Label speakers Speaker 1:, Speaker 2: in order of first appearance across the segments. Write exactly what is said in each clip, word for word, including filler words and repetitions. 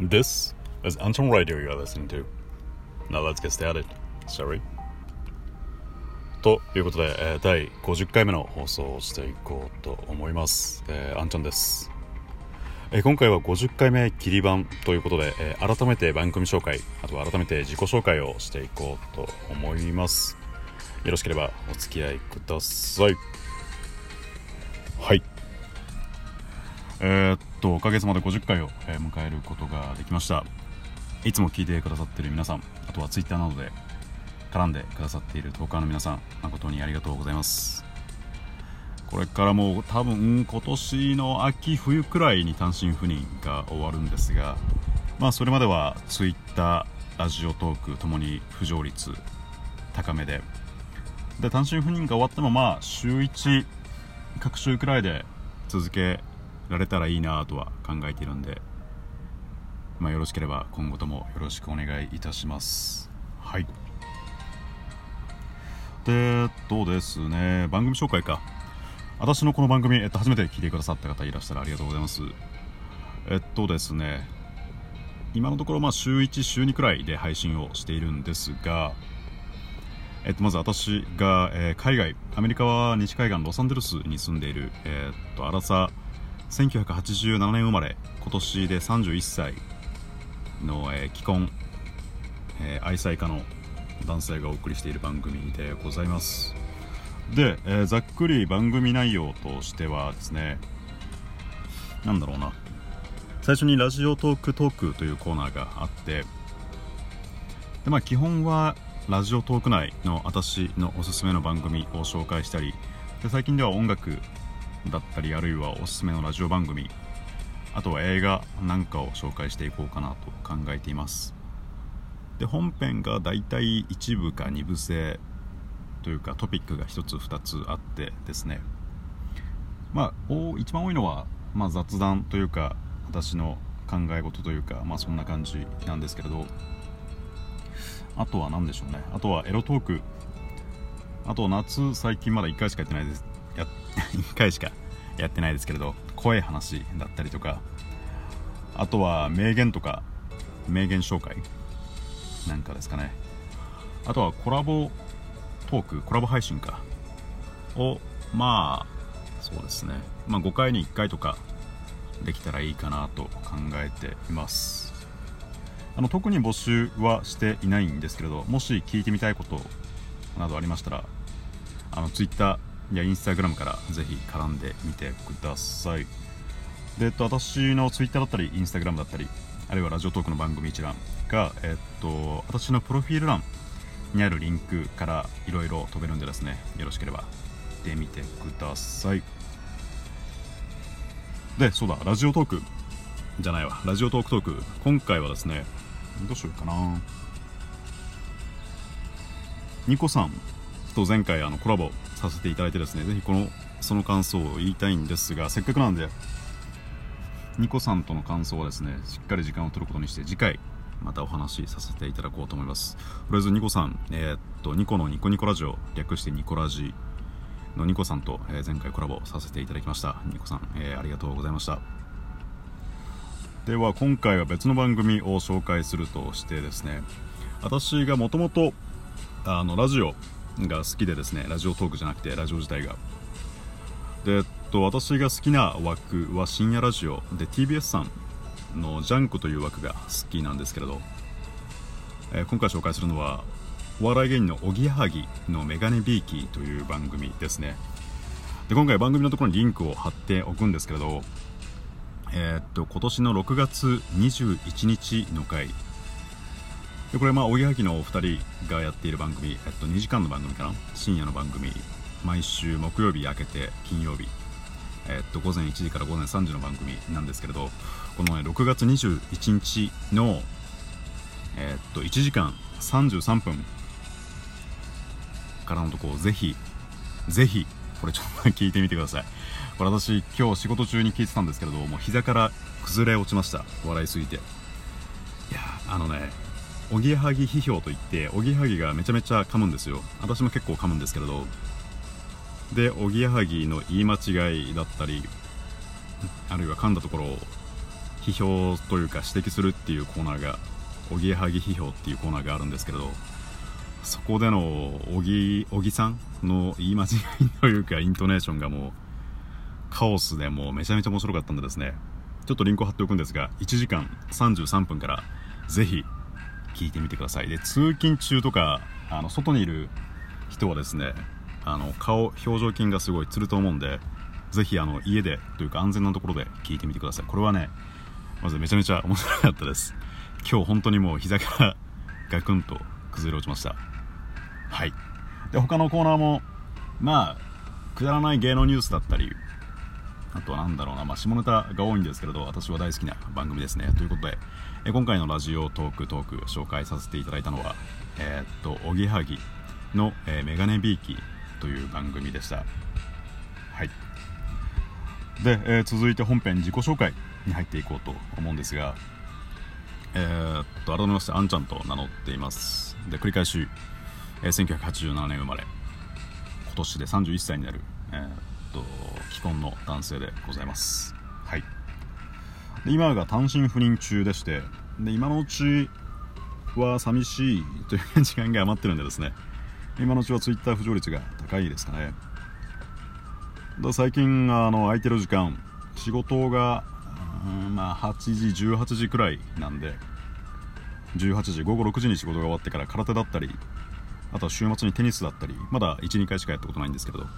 Speaker 1: This is Anton Radio you're listening to. Now let's get started. Sorry. ということで、えー、だいごじゅっかいめの放送をしていこうと思います。えー、アンちゃんです。えー、今回はごじゅっかいめ切り番ということで、えー、改めて番組紹介、あとは改めて自己紹介をしていこうと思います。よろしければお付き合いください。はい。えー、っとおかげさまでごじゅっかいを、えー、迎えることができました。いつも聞いてくださっている皆さん、あとはツイッターなどで絡んでくださっているトーカーの皆さん、誠にありがとうございます。これからもう多分今年の秋冬くらいに単身赴任が終わるんですが、まあそれまではツイッター、ラジオトークともに浮上率高めで、で単身赴任が終わってもまあ週いち各週くらいで続けられたらいいなとは考えているんで、まあよろしければ今後ともよろしくお願いいたします。はい。でえっとですね、番組紹介か。私のこの番組、えっと、初めて聞いてくださった方いらしたらありがとうございます。えっとですね今のところまあ週いち、週にくらいで配信をしているんですが、えっと、まず私が、えー、海外アメリカは西海岸ロサンゼルスに住んでいる、えー、っとアラサーせんきゅうひゃくはちじゅうななねん生まれ、今年でさんじゅういっさいの、えー、既婚、えー、愛妻家の男性がお送りしている番組でございます。で、えー、ざっくり番組内容としてはですね、なんだろうな、最初にラジオトークトークというコーナーがあって、で、まあ、基本はラジオトーク内の私のおすすめの番組を紹介したり、で最近では音楽だったり、あるいはおすすめのラジオ番組、あとは映画なんかを紹介していこうかなと考えています。で本編がだいたいいち部かに部制というか、トピックがひとつふたつあってですね、まあ一番多いのは、まあ、雑談というか私の考え事というか、まあそんな感じなんですけれど、あとは何でしょうね、あとはエロトーク、あと夏最近まだいっかいしかやってないですやいっかいしかやってないですけれど、声話だったりとか、あとは名言とか名言紹介なんかですかね。あとはコラボトーク、コラボ配信かを、まあそうですね、まあごかいにいっかいとかできたらいいかなと考えています。あの特に募集はしていないんですけれど、もし聞いてみたいことなどありましたら、あのツイッターやインスタグラムからぜひ絡んでみてください。で、えっと、私のツイッターだったりインスタグラムだったり、あるいはラジオトークの番組一覧が、えっと、私のプロフィール欄にあるリンクからいろいろ飛べるんでですね、よろしければ見てみてください。で、そうだ、ラジオトークじゃないわ、ラジオトークトーク、今回はですね、どうしようかな、ニコさんと前回あのコラボさせていただいてですね、ぜひこのその感想を言いたいんですが、せっかくなんでニコさんとの感想はですね、しっかり時間を取ることにして次回またお話しさせていただこうと思います。とりあえずニコさん、えー、っとニコのニコニコラジオ、略してニコラジのニコさんと、えー、前回コラボさせていただきました。ニコさん、えー、ありがとうございました。では今回は別の番組を紹介するとしてですね、私がもともとあのラジオが好きでですね、ラジオトークじゃなくてラジオ自体がで、えっと、私が好きな枠は深夜ラジオで ティービーエス さんのジャンクという枠が好きなんですけれど、えー、今回紹介するのはお笑い芸人のおぎやはぎのメガネビーキーという番組ですね。で今回番組のところにリンクを貼っておくんですけれど、えー、っと今年のろくがつにじゅういちにちの回で、これまあおぎやはぎのお二人がやっている番組、えっと、にじかんの番組かな、深夜の番組、毎週木曜日明けて金曜日、えっとごぜんいちじからごぜんさんじの番組なんですけれど、この、ね、ろくがつにじゅういちにちの、えっといちじかんさんじゅうさんぷんからのところをぜひぜひこれちょっと聞いてみてください。これ私今日仕事中に聞いてたんですけれども、膝から崩れ落ちました、笑いすぎて。いやあのね、おぎやはぎ批評といって、おぎやはぎがめちゃめちゃ噛むんですよ。私も結構噛むんですけれど、でおぎやはぎの言い間違いだったり、あるいは噛んだところを批評というか指摘するっていうコーナーが、おぎやはぎ批評っていうコーナーがあるんですけれど、そこでのおぎおぎさんの言い間違いというかイントネーションがもうカオスで、もうめちゃめちゃ面白かったんでですね、ちょっとリンクを貼っておくんですが、いちじかんさんじゅうさんぷんからぜひ聞いてみてください。で、通勤中とかあの外にいる人はですね、あの顔表情筋がすごいつると思うんで、ぜひあの家でというか安全なところで聞いてみてください。これはね、まずめちゃめちゃ面白かったです。今日本当にもう膝からガクンと崩れ落ちました。はい。で、他のコーナーもまあくだらない芸能ニュースだったり、あとはなんだろうな、まあ、下ネタが多いんですけれど、私は大好きな番組ですね。ということで、え今回のラジオトークトーク紹介させていただいたのは、えー、っとおぎやはぎの、えー、メガネビーキという番組でした。はい。で、えー、続いて本編自己紹介に入っていこうと思うんですが、えー、っと改めましてあんちゃんと名乗っています。で、繰り返し、えー、せんきゅうひゃくはちじゅうななねん生まれ、今年でさんじゅういっさいになる、えー、っと既婚の男性でございます。はい。で、今が単身赴任中でして、で今のうちは寂しいという時間が余ってるんでですね、今のうちはツイッター浮上率が高いですかね。だ最近あの空いてる時間、仕事がうんまあはちじじゅうはちじくらいなんで、じゅうはちじごごろくじに仕事が終わってから空手だったり、あとは週末にテニスだったり、まだ いちにかいしかやったことないんですけれど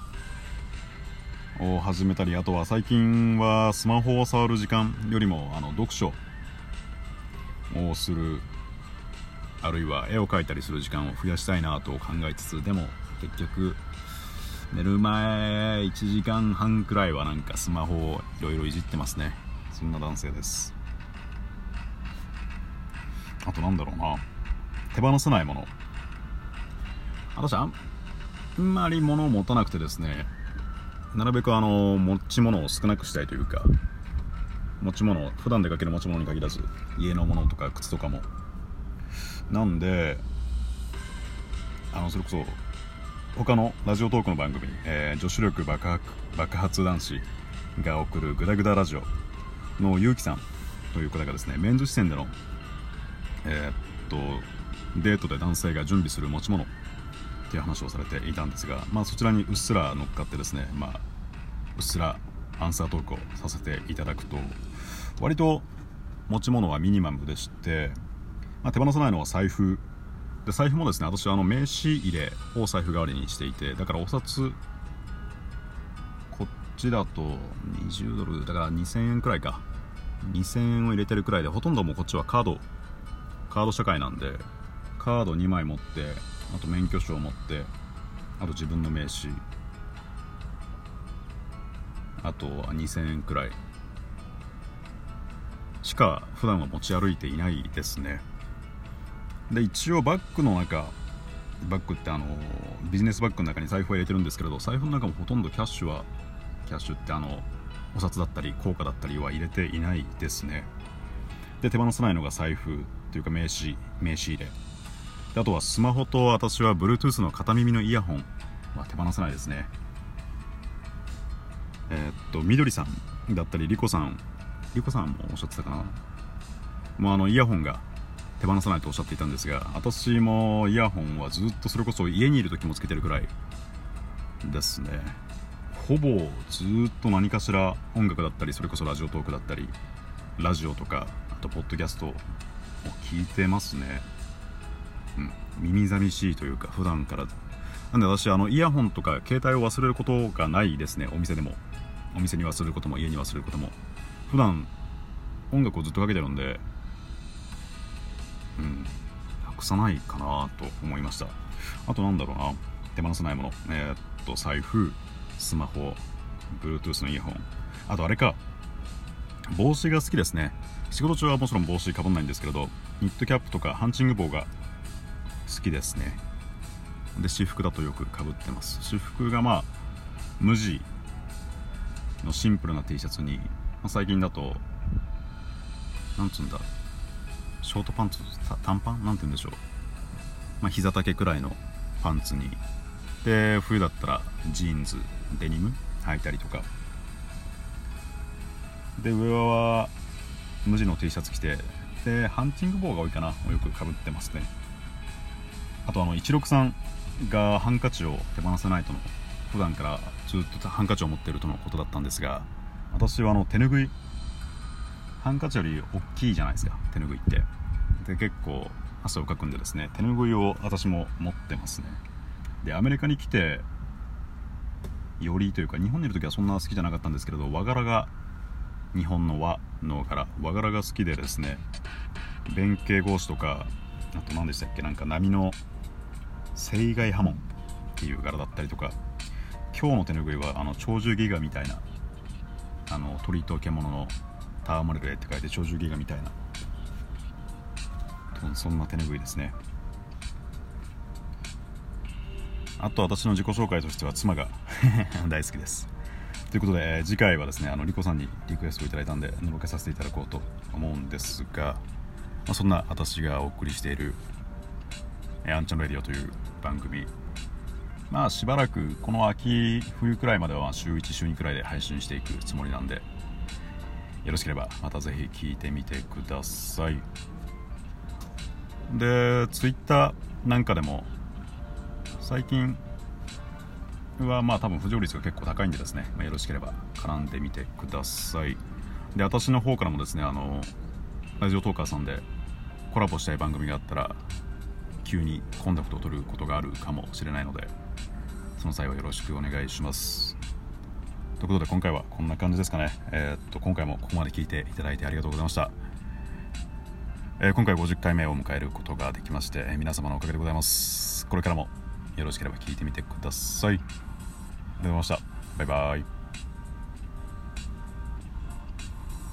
Speaker 1: を始めたり、あとは最近はスマホを触る時間よりもあの読書をする、あるいは絵を描いたりする時間を増やしたいなと考えつつ、でも結局寝る前いちじかんはんくらいはなんかスマホをいろいろいじってますね。そんな男性です。あとなんだろうな、手放せないもの、私あんまり物を持たなくてですね、なるべくあの持ち物を少なくしたいというか、持ち物、普段出かける持ち物に限らず家のものとか靴とかもなんで、あのそれこそ他のラジオトークの番組、えー、女子力爆発爆発男子が送るグダグダラジオのゆうきさんという方がですね、メンズ視線でのえー、っとデートで男性が準備する持ち物っていう話をされていたんですが、まあ、そちらにうっすら乗っかってですね、まあ、うっすらアンサートークをさせていただくと、割と持ち物はミニマムでして、まあ、手放さないのは財布で、財布もですね、私はあの名刺入れを財布代わりにしていて、だからお札こっちだとにじゅうドルだからにせんえんくらいか、にせんえんを入れてるくらいで、ほとんどもうこっちはカードカード社会なんで、カードにまい持って、あと免許証を持って、あと自分の名刺、あとはにせんえんくらいしか普段は持ち歩いていないですね。で、一応バッグの中、バッグってあのビジネスバッグの中に財布を入れてるんですけれど、財布の中もほとんどキャッシュはキャッシュってあのお札だったり硬貨だったりは入れていないですね。で、手放さないのが財布というか名刺名刺入れで、あとはスマホと、私は Bluetooth の片耳のイヤホンは手放せないですね。えー、っとみどりさんだったりリコさんリコさんもおっしゃってたかな、もうあのイヤホンが手放さないとおっしゃっていたんですが、私もイヤホンはずっとそれこそ家にいる時もつけてるくらいですね。ほぼずっと何かしら音楽だったり、それこそラジオトークだったり、ラジオとかあとポッドキャストを聞いてますね。うん、耳寂しいというか普段から。なんで私あのイヤホンとか携帯を忘れることがないですね。お店でも、お店に忘れることも家に忘れることも、普段音楽をずっとかけてるんで、うん、なくさないかなと思いました。あとなんだろうな、手放せないもの、えー、っと財布、スマホ、Bluetooth のイヤホン、あとあれか、帽子が好きですね。仕事中はもちろん帽子かぶんないんですけれど、ニットキャップとかハンチング帽が好きですね。で、私服だとよくかぶってます。私服がまあ無地のシンプルな T シャツに、まあ、最近だとなんつうんだ、ショートパンツ、短パンなんて言うんでしょう、まあ膝丈くらいのパンツに、で冬だったらジーンズ、デニム履いたりとかで、上は無地の T シャツ着て、でハンチング帽が多いかな、よくかぶってますね。あとあのいちろくさんがハンカチを手放せないとの、普段からずっとハンカチを持っているとのことだったんですが、私はあの手ぬぐい、ハンカチより大きいじゃないですか、手ぬぐいって。で結構汗をかくんでですね、手ぬぐいを私も持ってますね。でアメリカに来てよりというか、日本にいる時はそんな好きじゃなかったんですけれど、和柄が、日本の和の柄、和柄が好きでですね、弁慶格子とか、あと何でしたっけ、なんか波の青貝波紋っていう柄だったりとか、今日の手ぬぐいはあの鳥獣戯画みたいな、あの鳥と獣の戯れる絵って書いて鳥獣戯画みたいな、そんな手ぬぐいですね。あと私の自己紹介としては妻が大好きです。ということで、えー、次回はですね、あのリコさんにリクエストをいただいたんでのろけさせていただこうと思うんですが、まあ、そんな私がお送りしている「えー、アンチャンレディオ」という番組、まあしばらくこの秋冬くらいまでは週いち週にくらいで配信していくつもりなんで、よろしければまたぜひ聞いてみてください。でツイッターなんかでも最近はまあ多分浮上率が結構高いんでですね、まあ、よろしければ絡んでみてください。で私の方からもですね、あのラジオトーカーさんでコラボしたい番組があったら急にコンタクトを取ることがあるかもしれないので、その際はよろしくお願いします。ということで今回はこんな感じですかね。えー、っと今回もここまで聞いていただいてありがとうございました。えー、今回ごじゅっかいめを迎えることができまして、えー、皆様のおかげでございます。これからもよろしければ聞いてみてください。ありがとうございました。バイバイ。